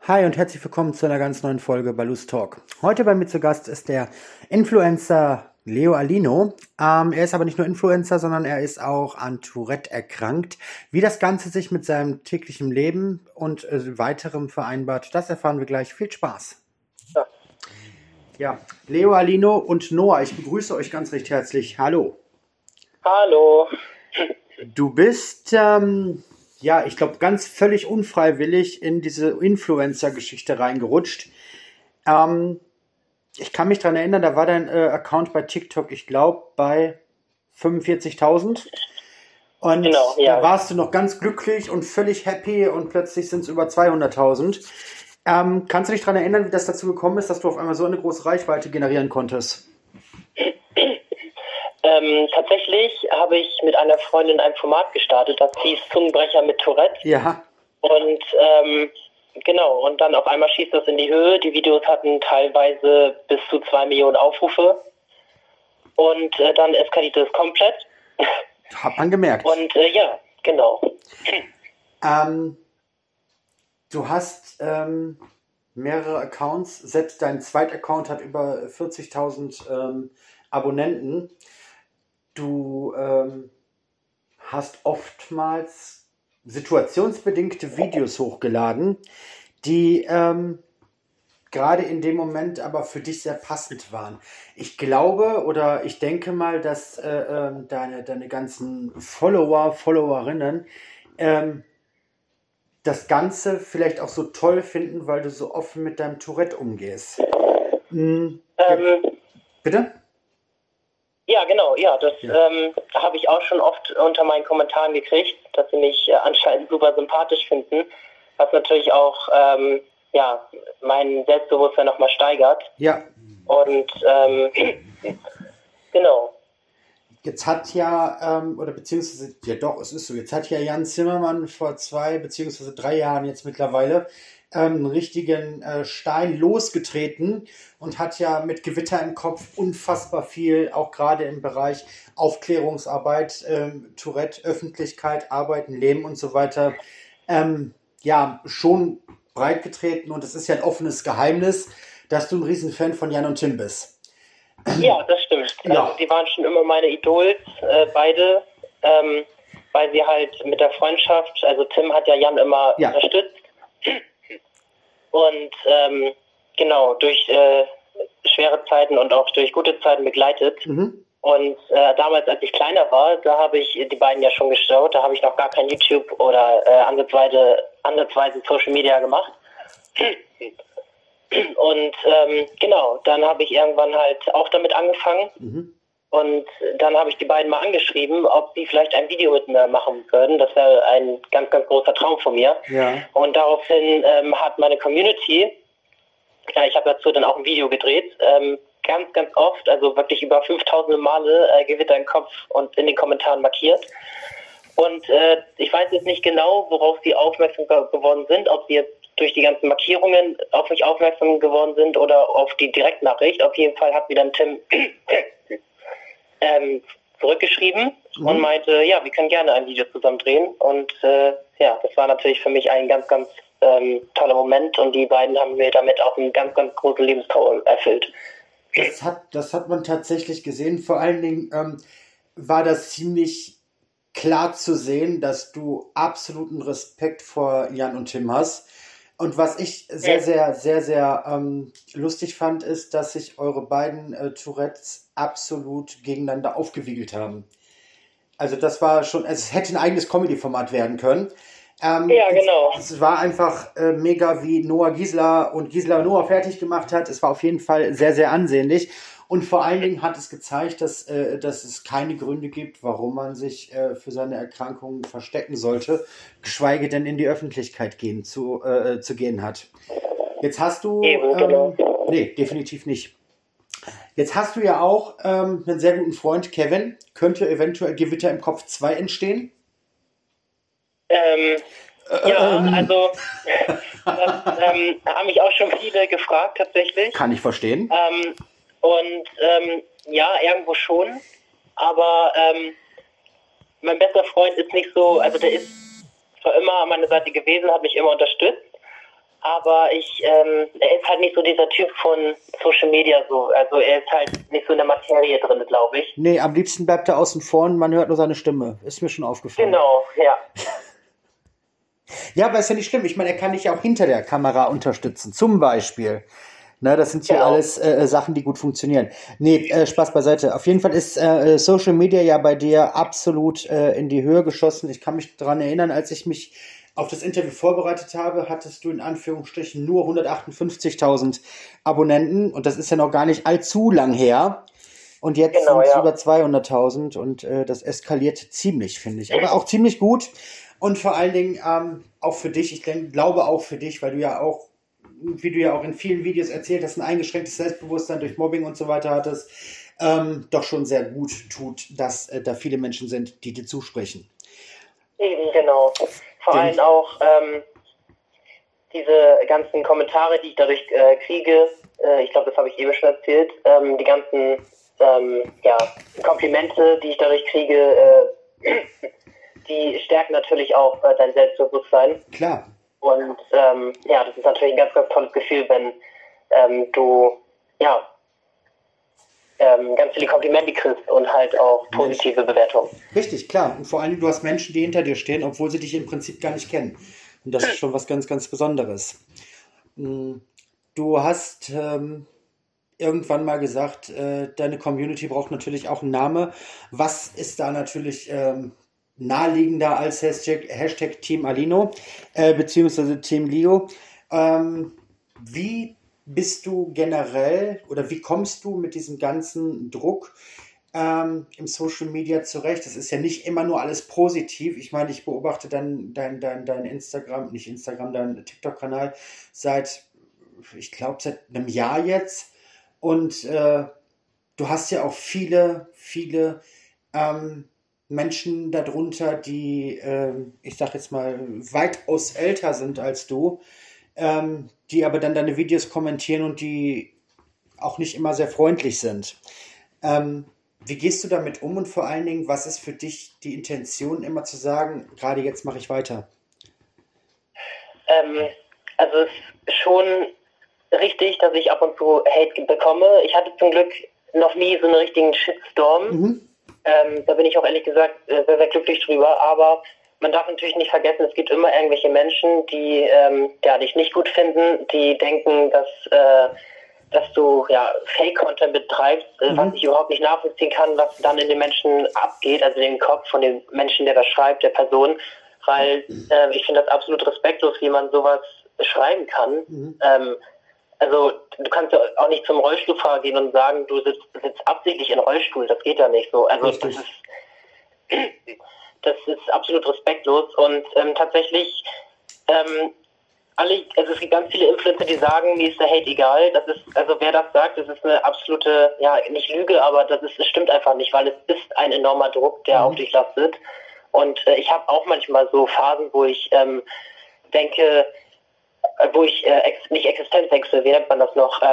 Hi und herzlich willkommen zu einer ganz neuen Folge bei Loose Talk. Heute bei mir zu Gast ist der Influencer Leo Alino. Er ist aber nicht nur Influencer, sondern er ist auch an Tourette erkrankt. Wie das Ganze sich mit seinem täglichen Leben und weiterem vereinbart, das erfahren wir gleich. Viel Spaß! Ja. Ja, Leo Alino und Noah, ich begrüße euch ganz recht herzlich. Hallo. Hallo. Du bist, ja, ich glaube, ganz völlig unfreiwillig in diese Influencer-Geschichte reingerutscht. Ähm, Ich kann mich daran erinnern, da war dein Account bei TikTok, ich glaube, bei 45.000. Und Genau, da ja. warst du noch ganz glücklich und völlig happy und plötzlich sind es über 200.000. Kannst du dich daran erinnern, wie das dazu gekommen ist, dass du auf einmal so eine große Reichweite generieren konntest? Tatsächlich habe ich mit einer Freundin ein Format gestartet, das hieß Zungenbrecher mit Tourette. Ja, Und genau, und dann auf einmal schießt das in die Höhe. Die Videos hatten teilweise bis zu 2 Millionen Aufrufe. Und dann eskalierte es komplett. hat man gemerkt. Und ja, genau. Ähm, Du hast mehrere Accounts, selbst dein Zweitaccount hat über 40.000 Abonnenten. Du hast oftmals situationsbedingte Videos hochgeladen, die gerade in dem Moment aber für dich sehr passend waren. Ich glaube oder ich denke mal, dass deine ganzen Followerinnen das Ganze vielleicht auch so toll finden, weil du so offen mit deinem Tourette umgehst. Ähm, Bitte? ja, genau, ja, das Ja. habe ich auch schon oft unter meinen Kommentaren gekriegt, dass sie mich anscheinend super sympathisch finden, was natürlich auch ja, mein Selbstbewusstsein nochmal steigert. Ja, Und genau. jetzt hat ja, oder beziehungsweise, ja doch, es ist so, jetzt hat ja Jan Zimmermann vor 2 beziehungsweise 3 Jahren jetzt mittlerweile einen richtigen Stein losgetreten und hat ja mit Gewitter im Kopf unfassbar viel, auch gerade im Bereich Aufklärungsarbeit, Tourette, Öffentlichkeit, Arbeiten, Leben und so weiter, ja, schon breit getreten und es ist ja ein offenes Geheimnis, dass du ein Riesenfan von Jan und Tim bist. Ja, das stimmt. Ja. Also die waren schon immer meine Idols, beide, weil sie halt mit der Freundschaft, also Tim hat ja Jan immer Ja. unterstützt und genau, durch schwere Zeiten und auch durch gute Zeiten begleitet. Und damals, als ich kleiner war, da habe ich die beiden ja schon geschaut, da habe ich noch gar kein YouTube oder ansatzweise Social Media gemacht. Und genau, dann habe ich irgendwann halt auch damit angefangen. Und dann habe ich die beiden mal angeschrieben, ob sie vielleicht ein Video mit mir machen würden. Das wäre ein ganz, ganz großer Traum von mir. Ja. Und daraufhin hat meine Community, ich habe dazu dann auch ein Video gedreht, ganz, ganz oft, also wirklich über 5000 Male Gewitter im Kopf und in den Kommentaren markiert. Und ich weiß jetzt nicht genau, worauf sie aufmerksam geworden sind, ob sie jetzt durch die ganzen Markierungen auf mich aufmerksam geworden sind oder auf die Direktnachricht. Auf jeden Fall hat mir dann Tim zurückgeschrieben und meinte, ja, wir können gerne ein Video zusammen drehen. Und ja, das war natürlich für mich ein ganz, ganz toller Moment und die beiden haben mir damit auch einen ganz, ganz großen Lebenstraum erfüllt. Das hat man tatsächlich gesehen. Vor allen Dingen war das ziemlich klar zu sehen, dass du absoluten Respekt vor Jan und Tim hast. Und was ich sehr, sehr, sehr, sehr lustig fand, ist, dass sich eure beiden Tourettes absolut gegeneinander aufgewiegelt haben. Also das war schon, es hätte ein eigenes Comedy-Format werden können. Ja, genau. Es war einfach mega, wie Noah Gisela und Gisela Noah fertig gemacht hat. Es war auf jeden Fall sehr, sehr ansehnlich. Und vor allen Dingen hat es gezeigt, dass es keine Gründe gibt, warum man sich für seine Erkrankung verstecken sollte, geschweige denn in die Öffentlichkeit zu gehen hat. Jetzt hast du... Eben, genau. Nee, definitiv nicht. Jetzt hast du ja auch einen sehr guten Freund, Kevin. Könnte eventuell Gewitter im Kopf 2 entstehen? Ja, also das haben mich auch schon viele gefragt tatsächlich. Kann ich verstehen. Und ja, irgendwo schon. Aber mein bester Freund ist nicht so, also der ist zwar immer an meiner Seite gewesen, hat mich immer unterstützt, aber er ist halt nicht so dieser Typ von Social Media so. Also er ist halt nicht so in der Materie drin, glaube ich. Nee, am liebsten bleibt er außen vor und man hört nur seine Stimme. Ist mir schon aufgefallen. Genau, ja. Ja, aber ist ja nicht schlimm. Ich meine, er kann dich ja auch hinter der Kamera unterstützen. Zum Beispiel. Ne, das sind ja alles Sachen, die gut funktionieren. Nee, Spaß beiseite. Auf jeden Fall ist Social Media ja bei dir absolut in die Höhe geschossen. Ich kann mich daran erinnern, als ich mich auf das Interview vorbereitet habe, hattest du in Anführungsstrichen nur 158.000 Abonnenten. Und das ist ja noch gar nicht allzu lang her. Und jetzt sind es über 200.000 und das eskaliert ziemlich, finde ich. Aber auch ziemlich gut. Und vor allen Dingen auch für dich, glaube auch für dich, weil du ja auch, wie du ja auch in vielen Videos erzählt hast, ein eingeschränktes Selbstbewusstsein durch Mobbing und so weiter hattest, doch schon sehr gut tut, dass da viele Menschen sind, die dir zusprechen. Eben, genau. Vor allem auch diese ganzen Kommentare, die ich dadurch kriege, ich glaube, das habe ich eben schon erzählt, die ganzen Komplimente, die ich dadurch kriege, die stärken natürlich auch dein Selbstbewusstsein. Klar. Und das ist natürlich ein ganz, ganz tolles Gefühl, wenn du ganz viele Komplimente kriegst und halt auch positive Bewertungen. Richtig, klar. Und vor allem, du hast Menschen, die hinter dir stehen, obwohl sie dich im Prinzip gar nicht kennen. Und das ist schon was ganz, ganz Besonderes. Du hast irgendwann mal gesagt, deine Community braucht natürlich auch einen Namen. Was ist da natürlich naheliegender als Hashtag Team Alino, beziehungsweise Team Leo? Wie bist du generell oder wie kommst du mit diesem ganzen Druck im Social Media zurecht? Das ist ja nicht immer nur alles positiv. Ich meine, ich beobachte dein Instagram, nicht Instagram, deinen TikTok-Kanal seit einem Jahr jetzt. Und du hast ja auch viele Menschen darunter, die, ich sag jetzt mal, weitaus älter sind als du, die aber dann deine Videos kommentieren und die auch nicht immer sehr freundlich sind. Wie gehst du damit um und vor allen Dingen, was ist für dich die Intention, immer zu sagen, gerade jetzt mache ich weiter? Also es ist schon richtig, dass ich ab und zu Hate bekomme. Ich hatte zum Glück noch nie so einen richtigen Shitstorm. Da bin ich auch ehrlich gesagt sehr, sehr glücklich drüber. Aber man darf natürlich nicht vergessen, es gibt immer irgendwelche Menschen, die dich nicht gut finden, die denken, dass du Fake-Content betreibst, was ich überhaupt nicht nachvollziehen kann, was dann in den Menschen abgeht, also in den Kopf von dem Menschen, der das schreibt, der Person. Weil ich finde das absolut respektlos, wie man sowas schreiben kann. Also du kannst ja auch nicht zum Rollstuhlfahrer gehen und sagen, du sitzt absichtlich in Rollstuhl. Das geht ja nicht so. Also das ist absolut respektlos. Und tatsächlich, es gibt ganz viele Influencer, die sagen, mir ist der Hate egal. Also wer das sagt, das ist eine absolute, nicht Lüge, aber das stimmt einfach nicht, weil es ist ein enormer Druck, der auf dich lastet. Und ich habe auch manchmal so Phasen, wo ich denke, wo ich nicht Existenzwechsel, wie nennt man das noch,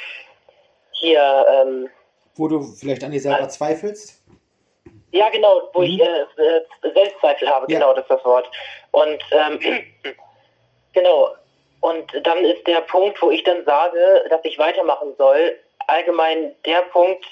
wo du vielleicht an dir selber zweifelst? Ja, genau, wo ich Selbstzweifel habe, genau, das ist das Wort. Und genau, und dann ist der Punkt, wo ich dann sage, dass ich weitermachen soll, allgemein der Punkt,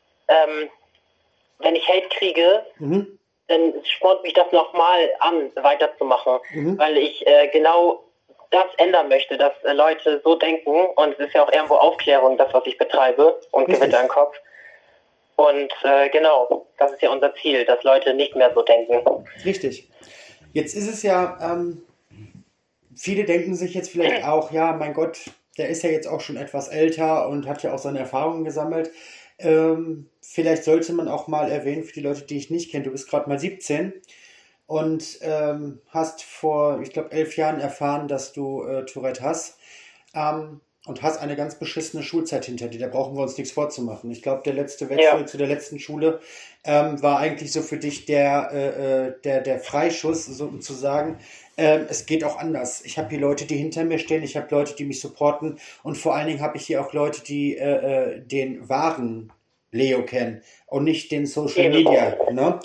wenn ich Hate kriege, dann spornt mich das nochmal an, weiterzumachen, weil ich genau das ändern möchte, dass Leute so denken, und es ist ja auch irgendwo Aufklärung, das, was ich betreibe, und Gewitter im Kopf. Und genau, das ist ja unser Ziel, dass Leute nicht mehr so denken. Richtig. Jetzt ist es ja, viele denken sich jetzt vielleicht auch, ja, mein Gott, der ist ja jetzt auch schon etwas älter und hat ja auch seine Erfahrungen gesammelt. Vielleicht sollte man auch mal erwähnen, für die Leute, die ich nicht kenne, du bist gerade mal 17 und hast vor, ich glaube, 11 Jahren erfahren, dass du Tourette hast und hast eine ganz beschissene Schulzeit hinter dir. Da brauchen wir uns nichts vorzumachen. Ich glaube, der letzte Wechsel zu der letzten Schule war eigentlich so für dich der Freischuss, so um zu sagen, es geht auch anders. Ich habe hier Leute, die hinter mir stehen, ich habe Leute, die mich supporten und vor allen Dingen habe ich hier auch Leute, die den wahren Leo kennen und nicht den Social Media. Ne?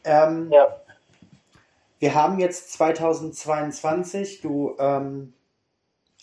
Wir haben jetzt 2022, du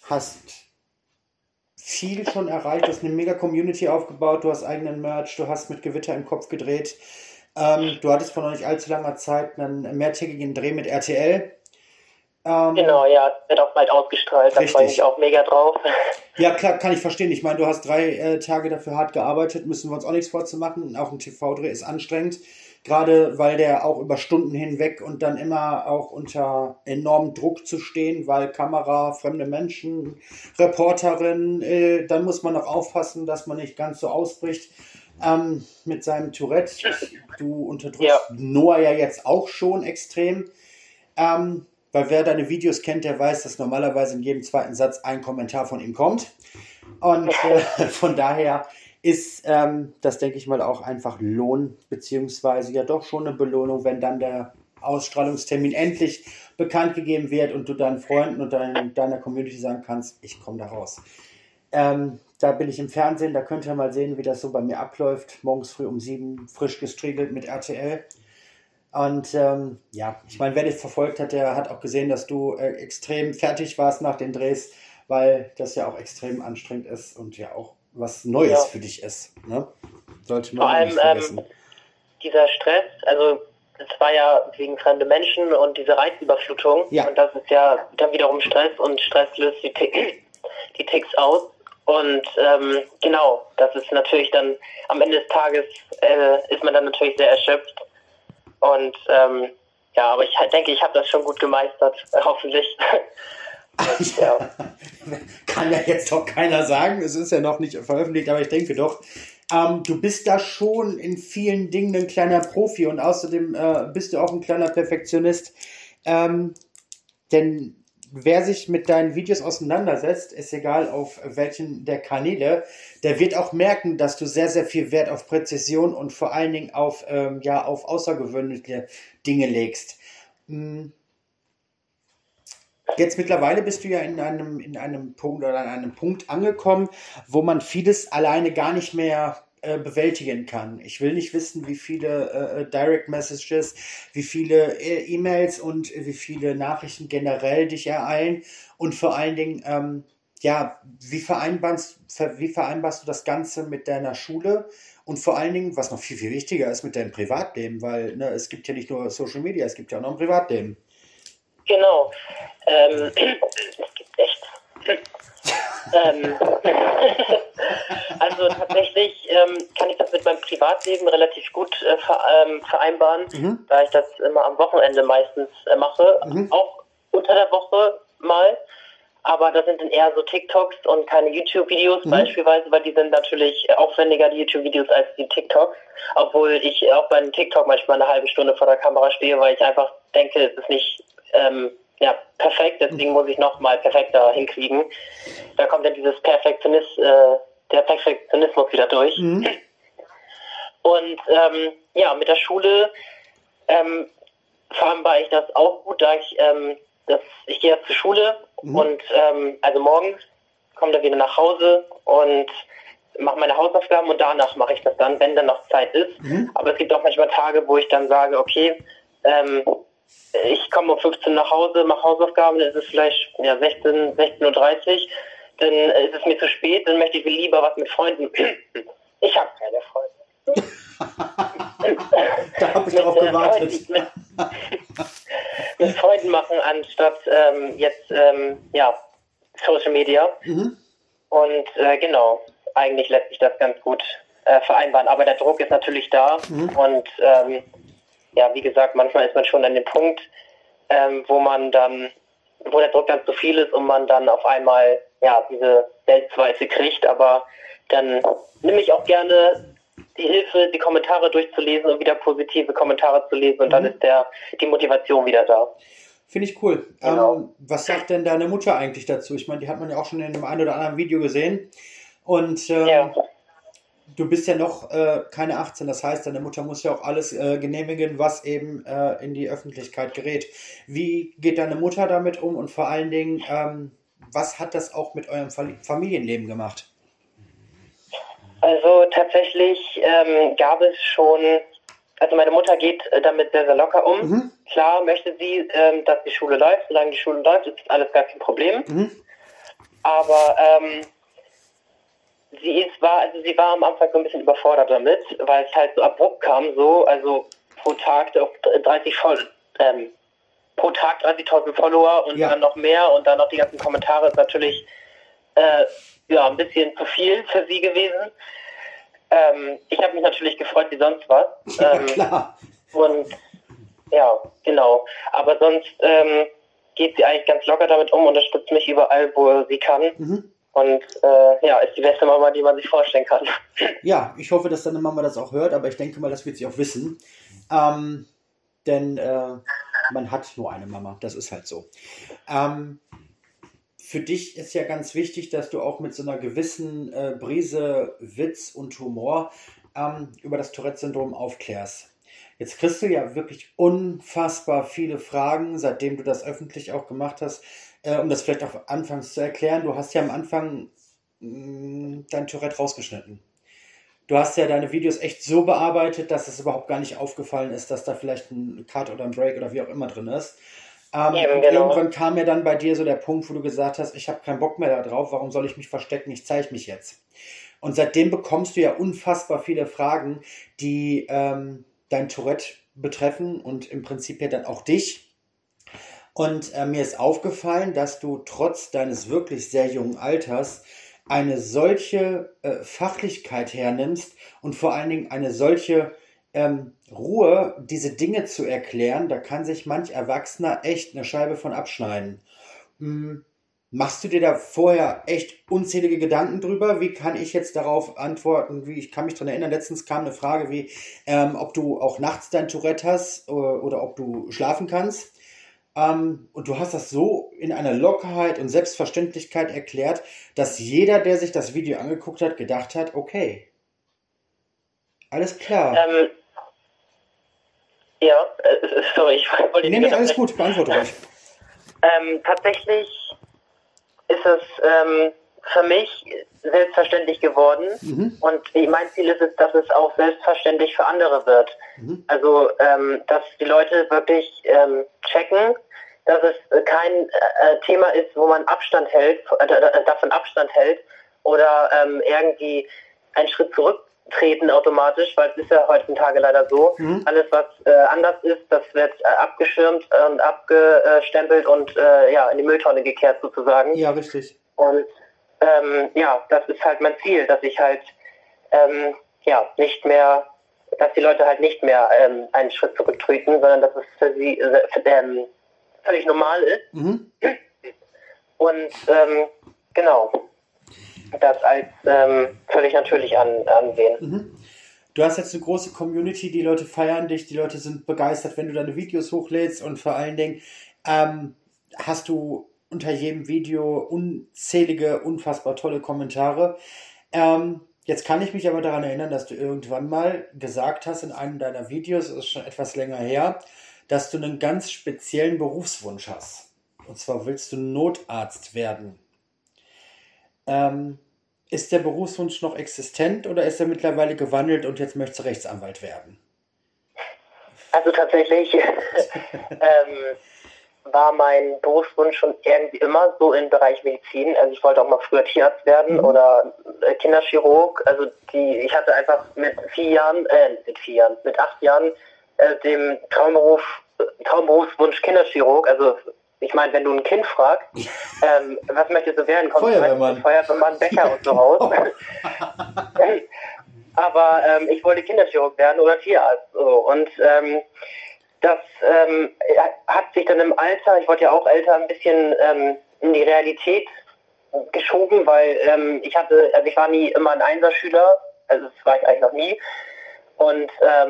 hast viel schon erreicht, du hast eine mega Community aufgebaut, du hast eigenen Merch, du hast mit Gewitter im Kopf gedreht. Du hattest vor noch nicht allzu langer Zeit einen mehrtägigen Dreh mit RTL. Genau, ja, wird auch bald ausgestrahlt, da freue ich mich auch mega drauf. Ja, klar, kann ich verstehen. Ich meine, du hast 3 Tage dafür hart gearbeitet, müssen wir uns auch nichts vorzumachen. Auch ein TV-Dreh ist anstrengend, gerade weil der auch über Stunden hinweg und dann immer auch unter enormem Druck zu stehen, weil Kamera, fremde Menschen, Reporterin, dann muss man auch aufpassen, dass man nicht ganz so ausbricht mit seinem Tourette. Du unterdrückst Noah ja jetzt auch schon extrem. Weil wer deine Videos kennt, der weiß, dass normalerweise in jedem zweiten Satz ein Kommentar von ihm kommt. Und von daher ist das, denke ich mal, auch einfach Lohn, beziehungsweise ja doch schon eine Belohnung, wenn dann der Ausstrahlungstermin endlich bekannt gegeben wird und du deinen Freunden und deiner Community sagen kannst, ich komme da raus. Da bin ich im Fernsehen, da könnt ihr mal sehen, wie das so bei mir abläuft. Morgens früh um 7, frisch gestriegelt mit RTL. Und ja, ich meine, wer dich verfolgt hat, der hat auch gesehen, dass du extrem fertig warst nach den Drehs, weil das ja auch extrem anstrengend ist und ja auch was Neues für dich ist. Ne? Sollte man vor allem nicht vergessen. Dieser Stress, also das war ja wegen fremde Menschen und diese Reizüberflutung und das ist ja dann wiederum Stress und Stress löst die Ticks aus. Und genau, das ist natürlich dann am Ende des Tages ist man dann natürlich sehr erschöpft. Und ja, aber ich denke, ich habe das schon gut gemeistert, hoffentlich. Und, ja. Kann ja jetzt doch keiner sagen, es ist ja noch nicht veröffentlicht, aber ich denke doch, du bist da schon in vielen Dingen ein kleiner Profi und außerdem bist du auch ein kleiner Perfektionist. Denn wer sich mit deinen Videos auseinandersetzt, ist egal auf welchen der Kanäle, der wird auch merken, dass du sehr, sehr viel Wert auf Präzision und vor allen Dingen auf außergewöhnliche Dinge legst. Jetzt mittlerweile bist du ja in einem Punkt oder an einem Punkt angekommen, wo man vieles alleine gar nicht mehr bewältigen kann. Ich will nicht wissen, wie viele Direct Messages, wie viele E-Mails und wie viele Nachrichten generell dich ereilen und vor allen Dingen, wie vereinbarst du das Ganze mit deiner Schule und vor allen Dingen, was noch viel, viel wichtiger ist, mit deinem Privatleben, weil es gibt ja nicht nur Social Media, es gibt ja auch noch ein Privatleben. Genau. Es gibt echt. Also tatsächlich kann ich das mit meinem Privatleben relativ gut vereinbaren, da ich das immer am Wochenende meistens mache, auch unter der Woche mal, aber das sind dann eher so TikToks und keine YouTube-Videos beispielsweise, weil die sind natürlich aufwendiger, die YouTube-Videos, als die TikToks, obwohl ich auch bei einem TikTok manchmal eine halbe Stunde vor der Kamera stehe, weil ich einfach denke, es ist nicht perfekt, deswegen muss ich noch mal perfekter hinkriegen. Da kommt dann der Perfektionismus wieder durch. Und mit der Schule vereinbare ich das auch gut, da ich gehe jetzt zur Schule und also morgens komme dann wieder nach Hause und mache meine Hausaufgaben und danach mache ich das dann, wenn dann noch Zeit ist. Aber es gibt auch manchmal Tage, wo ich dann sage, okay, ich komme um 15 nach Hause, mache Hausaufgaben, dann ist es vielleicht 16:30 Uhr, dann ist es mir zu spät, dann möchte ich lieber was mit Freunden. Ich habe keine Freunde. Da habe ich darauf gewartet. Mit Freunden machen, anstatt Social Media. Und genau, eigentlich lässt sich das ganz gut vereinbaren. Aber der Druck ist natürlich da und wie gesagt, manchmal ist man schon an dem Punkt, wo der Druck dann zu viel ist und man dann auf einmal diese Weltweite kriegt, aber dann nehme ich auch gerne die Hilfe, die Kommentare durchzulesen und wieder positive Kommentare zu lesen und dann ist die Motivation wieder da. Finde ich cool. Genau. Was sagt denn deine Mutter eigentlich dazu? Ich meine, die hat man ja auch schon in einem oder anderen Video gesehen und du bist ja noch keine 18, das heißt, deine Mutter muss ja auch alles genehmigen, was eben in die Öffentlichkeit gerät. Wie geht deine Mutter damit um und vor allen Dingen, was hat das auch mit eurem Familienleben gemacht? Also tatsächlich gab es schon, also meine Mutter geht damit sehr, sehr locker um. Klar möchte sie, dass die Schule läuft. Solange die Schule läuft, ist alles gar kein Problem. Aber sie war am Anfang so ein bisschen überfordert damit, weil es halt so abrupt kam, so, also pro Tag auf 30.000 Follower und dann noch mehr und dann noch die ganzen Kommentare ist natürlich ein bisschen zu viel für sie gewesen. Ich habe mich natürlich gefreut wie sonst was. Klar. Und ja, genau. Aber sonst geht sie eigentlich ganz locker damit um, unterstützt mich überall, wo sie kann. Und ist die beste Mama, die man sich vorstellen kann. Ja, ich hoffe, dass deine Mama das auch hört, aber ich denke mal, das wird sie auch wissen. Denn man hat nur eine Mama, das ist halt so. Für dich ist ja ganz wichtig, dass du auch mit so einer gewissen Brise Witz und Humor über das Tourette-Syndrom aufklärst. Jetzt kriegst du ja wirklich unfassbar viele Fragen, seitdem du das öffentlich auch gemacht hast, um das vielleicht auch anfangs zu erklären. Du hast ja am Anfang dein Tourette rausgeschnitten. Du hast ja deine Videos echt so bearbeitet, dass es überhaupt gar nicht aufgefallen ist, dass da vielleicht ein Cut oder ein Break oder wie auch immer drin ist. Irgendwann kam ja dann bei dir so der Punkt, wo du gesagt hast, ich habe keinen Bock mehr da drauf, warum soll ich mich verstecken, ich zeige mich jetzt. Und seitdem bekommst du ja unfassbar viele Fragen, die dein Tourette betreffen und im Prinzip ja dann auch dich. Und mir ist aufgefallen, dass du trotz deines wirklich sehr jungen Alters eine solche Fachlichkeit hernimmst und vor allen Dingen eine solche Ruhe, diese Dinge zu erklären, da kann sich manch Erwachsener echt eine Scheibe von abschneiden. Machst du dir da vorher echt unzählige Gedanken drüber? Wie kann ich jetzt darauf antworten? Ich kann mich daran erinnern, letztens kam eine Frage wie, ob du auch nachts dein Tourette hast oder ob du schlafen kannst. Und du hast das so in einer Lockerheit und Selbstverständlichkeit erklärt, dass jeder, der sich das Video angeguckt hat, gedacht hat, okay, alles klar. Sorry, ich wollte nicht... Nee, alles gut, beantworte euch. Tatsächlich ist es für mich selbstverständlich geworden und mein Ziel ist es, dass es auch selbstverständlich für andere wird. Also, dass die Leute wirklich checken, dass es kein Thema ist, wo man Abstand hält, davon Abstand hält oder irgendwie einen Schritt zurücktreten automatisch, weil es ist ja heutzutage leider so. Alles, was anders ist, das wird abgeschirmt und abgestempelt und in die Mülltonne gekehrt sozusagen. Ja, richtig. Und das ist halt mein Ziel, dass ich halt nicht mehr, dass die Leute halt nicht mehr einen Schritt zurücktreten, sondern dass es für sie völlig normal ist. Und das als völlig natürlich ansehen. Du hast jetzt eine große Community, die Leute feiern dich, die Leute sind begeistert, wenn du deine Videos hochlädst und vor allen Dingen hast du unter jedem Video unzählige, unfassbar tolle Kommentare. Jetzt kann ich mich aber daran erinnern, dass du irgendwann mal gesagt hast in einem deiner Videos, das ist schon etwas länger her, dass du einen ganz speziellen Berufswunsch hast. Und zwar willst du Notarzt werden. Ist der Berufswunsch noch existent oder ist er mittlerweile gewandelt und jetzt möchtest du Rechtsanwalt werden? Also tatsächlich war mein Berufswunsch schon irgendwie immer so im Bereich Medizin. Also ich wollte auch mal früher Tierarzt werden oder Kinderchirurg. Also ich hatte einfach mit 8 Jahren dem Traumberufswunsch Kinderchirurg. Also ich meine, wenn du ein Kind fragst, was möchtest du werden? Kommt Feuerwehrmann, Bäcker und so raus. Aber ich wollte Kinderchirurg werden oder Tierarzt. So. Und das hat sich dann im Alter, ich wurde ja auch älter, ein bisschen in die Realität geschoben, weil ich war nie immer ein Einserschüler, also das war ich eigentlich noch nie. Und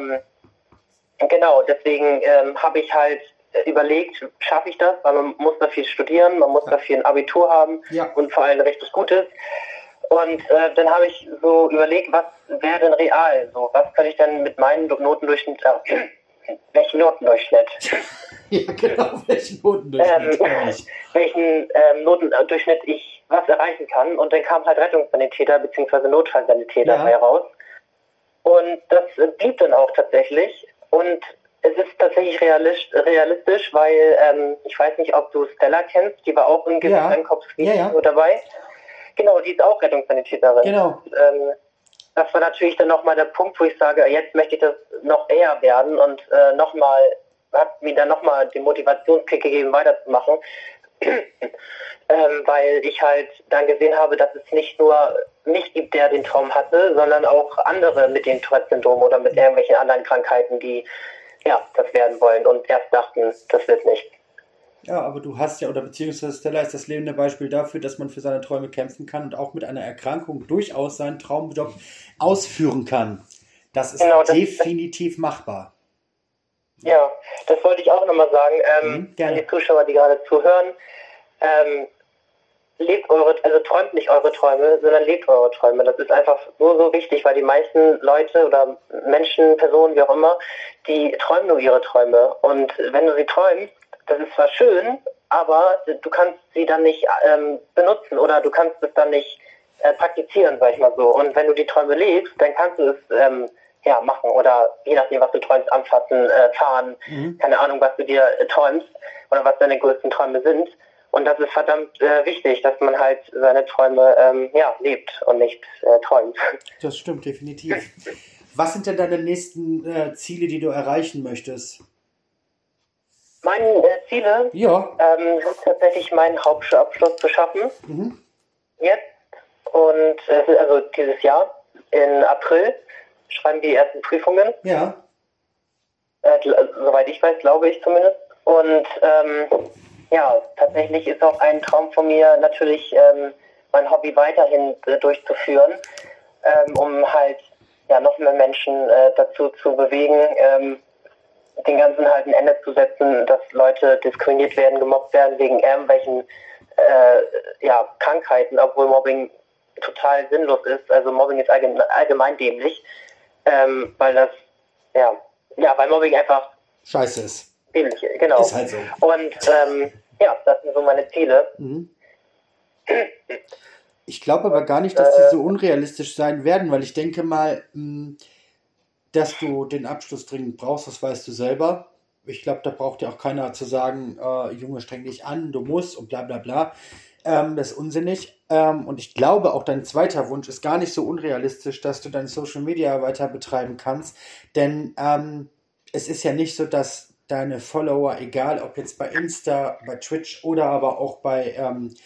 deswegen habe ich halt überlegt, schaffe ich das, weil man muss da viel studieren, man muss da viel ein Abitur haben und vor allem richtig Gutes. Und dann habe ich so überlegt, was wäre denn real? So, was könnte ich denn mit meinem Notendurchschnitt welchen Notendurchschnitt? Ja, genau, welchen Notendurchschnitt? Welchen Notendurchschnitt ich was erreichen kann. Und dann kam halt Rettungssanitäter bzw. Notfallsanitäter heraus. Und das blieb dann auch tatsächlich. Und Es ist tatsächlich realistisch, weil ich weiß nicht, ob du Stella kennst, die war auch im Ja. dabei. Genau, die ist auch Rettungssanitäterin. Genau. Das war natürlich dann nochmal der Punkt, wo ich sage, jetzt möchte ich das noch eher werden und hat mir dann nochmal den Motivationskick gegeben, weiterzumachen. Weil ich halt dann gesehen habe, dass es nicht nur mich gibt, der den Traum hatte, sondern auch andere mit dem Tourette-Syndrom oder mit irgendwelchen anderen Krankheiten, die das werden wollen und erst dachten, das wird nicht. Ja, aber du hast ja, oder beziehungsweise Stella ist das lebende Beispiel dafür, dass man für seine Träume kämpfen kann und auch mit einer Erkrankung durchaus seinen Traumjob ausführen kann. Das ist definitiv machbar. Ja, das wollte ich auch nochmal sagen. An die Zuschauer, die gerade zuhören, träumt nicht eure Träume, sondern lebt eure Träume. Das ist einfach nur so wichtig, weil die meisten Leute oder Menschen, Personen, wie auch immer, die träumen nur ihre Träume. Und wenn du sie träumst, das ist zwar schön, aber du kannst sie dann nicht benutzen oder du kannst es dann nicht praktizieren, sag ich mal so. Und wenn du die Träume lebst, dann kannst du es machen oder je nachdem, was du träumst, anfassen, fahren, keine Ahnung, was du dir träumst oder was deine größten Träume sind. Und das ist verdammt wichtig, dass man halt seine Träume lebt und nicht träumt. Das stimmt, definitiv. Was sind denn deine nächsten Ziele, die du erreichen möchtest? Meine Ziele sind tatsächlich, meinen Hauptschulabschluss zu schaffen. Jetzt. Und also dieses Jahr, in April, schreiben wir die ersten Prüfungen. Ja. Soweit ich weiß, glaube ich zumindest. Und tatsächlich ist auch ein Traum von mir natürlich, mein Hobby weiterhin durchzuführen, um halt noch mehr Menschen dazu zu bewegen, den Ganzen halt ein Ende zu setzen, dass Leute diskriminiert werden, gemobbt werden wegen irgendwelchen Krankheiten, obwohl Mobbing total sinnlos ist. Also Mobbing ist allgemein dämlich, weil weil Mobbing einfach scheiße ist. Dämlich, genau. Ist halt so. Und das sind so meine Ziele. Ich glaube aber gar nicht, dass die so unrealistisch sein werden, weil ich denke mal, dass du den Abschluss dringend brauchst, das weißt du selber. Ich glaube, da braucht dir auch keiner zu sagen, Junge, streng dich an, du musst und bla bla bla. Das ist unsinnig. Und ich glaube, auch dein zweiter Wunsch ist gar nicht so unrealistisch, dass du dein Social Media weiter betreiben kannst. Denn es ist ja nicht so, dass deine Follower, egal ob jetzt bei Insta, bei Twitch oder aber auch bei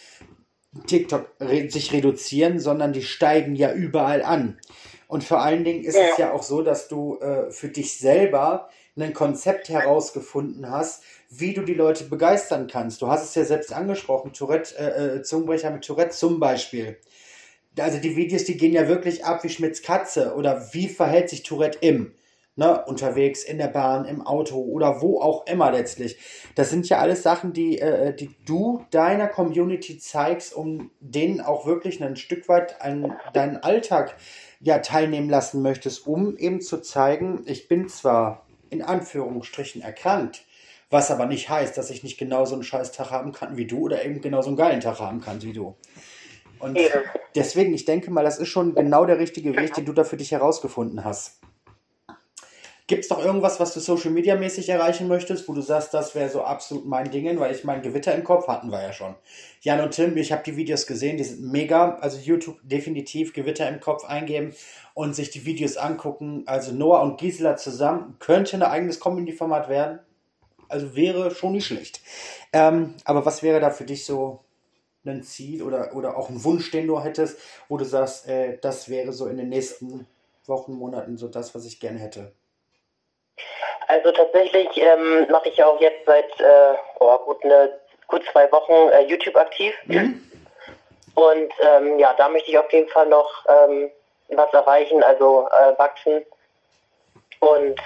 TikTok sich reduzieren, sondern die steigen ja überall an. Und vor allen Dingen ist es ja auch so, dass du für dich selber ein Konzept herausgefunden hast, wie du die Leute begeistern kannst. Du hast es ja selbst angesprochen, Zungenbrecher mit Tourette zum Beispiel. Also die Videos, die gehen ja wirklich ab wie Schmitz Katze oder wie verhält sich Tourette unterwegs, in der Bahn, im Auto oder wo auch immer letztlich. Das sind ja alles Sachen, die du deiner Community zeigst, um denen auch wirklich ein Stück weit an deinen Alltag teilnehmen lassen möchtest, um eben zu zeigen, ich bin zwar in Anführungsstrichen erkrankt, was aber nicht heißt, dass ich nicht genauso einen scheiß Tag haben kann wie du oder eben genauso einen geilen Tag haben kann wie du. Und deswegen, ich denke mal, das ist schon genau der richtige Weg, den du da für dich herausgefunden hast. Gibt es noch irgendwas, was du Social Media mäßig erreichen möchtest, wo du sagst, das wäre so absolut mein Ding, weil ich mein Gewitter im Kopf hatten wir ja schon. Jan und Tim, ich habe die Videos gesehen, die sind mega, also YouTube definitiv Gewitter im Kopf eingeben und sich die Videos angucken. Also Noah und Gisela zusammen könnte ein eigenes Comedy-Format werden, also wäre schon nicht schlecht. Aber was wäre da für dich so ein Ziel oder auch ein Wunsch, den du hättest, wo du sagst, das wäre so in den nächsten Wochen, Monaten so das, was ich gerne hätte? Also tatsächlich mache ich ja auch jetzt seit gut 2 Wochen YouTube aktiv. Und da möchte ich auf jeden Fall noch was erreichen, also wachsen. Und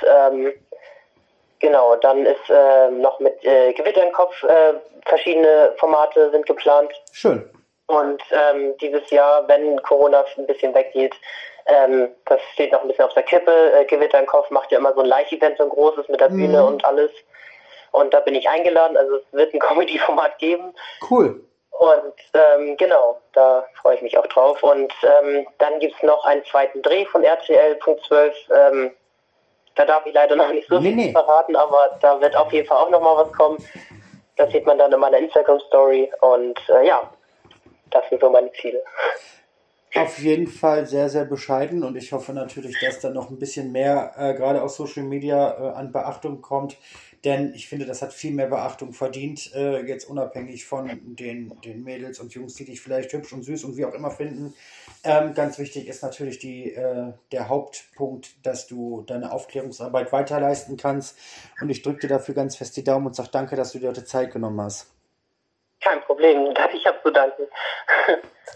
dann ist noch mit Gewitter im Kopf verschiedene Formate sind geplant. Schön. Und dieses Jahr, wenn Corona ein bisschen weggeht, das steht noch ein bisschen auf der Kippe. Gewitter im Kopf macht ja immer so ein Live-Event, so ein großes mit der Bühne und alles. Und da bin ich eingeladen, also es wird ein Comedy-Format geben. Cool. Und da freue ich mich auch drauf. Und dann gibt es noch einen zweiten Dreh von RTL.12. Da darf ich leider noch nicht so viel verraten, aber da wird auf jeden Fall auch nochmal was kommen. Das sieht man dann in meiner Instagram-Story und das sind so meine Ziele. Auf jeden Fall sehr, sehr bescheiden und ich hoffe natürlich, dass da noch ein bisschen mehr gerade auf Social Media an Beachtung kommt, denn ich finde, das hat viel mehr Beachtung verdient, jetzt unabhängig von den Mädels und Jungs, die dich vielleicht hübsch und süß und wie auch immer finden. Ganz wichtig ist natürlich der Hauptpunkt, dass du deine Aufklärungsarbeit weiterleisten kannst und ich drücke dir dafür ganz fest die Daumen und sage danke, dass du dir heute Zeit genommen hast. Kein Problem, ich habe zu danken.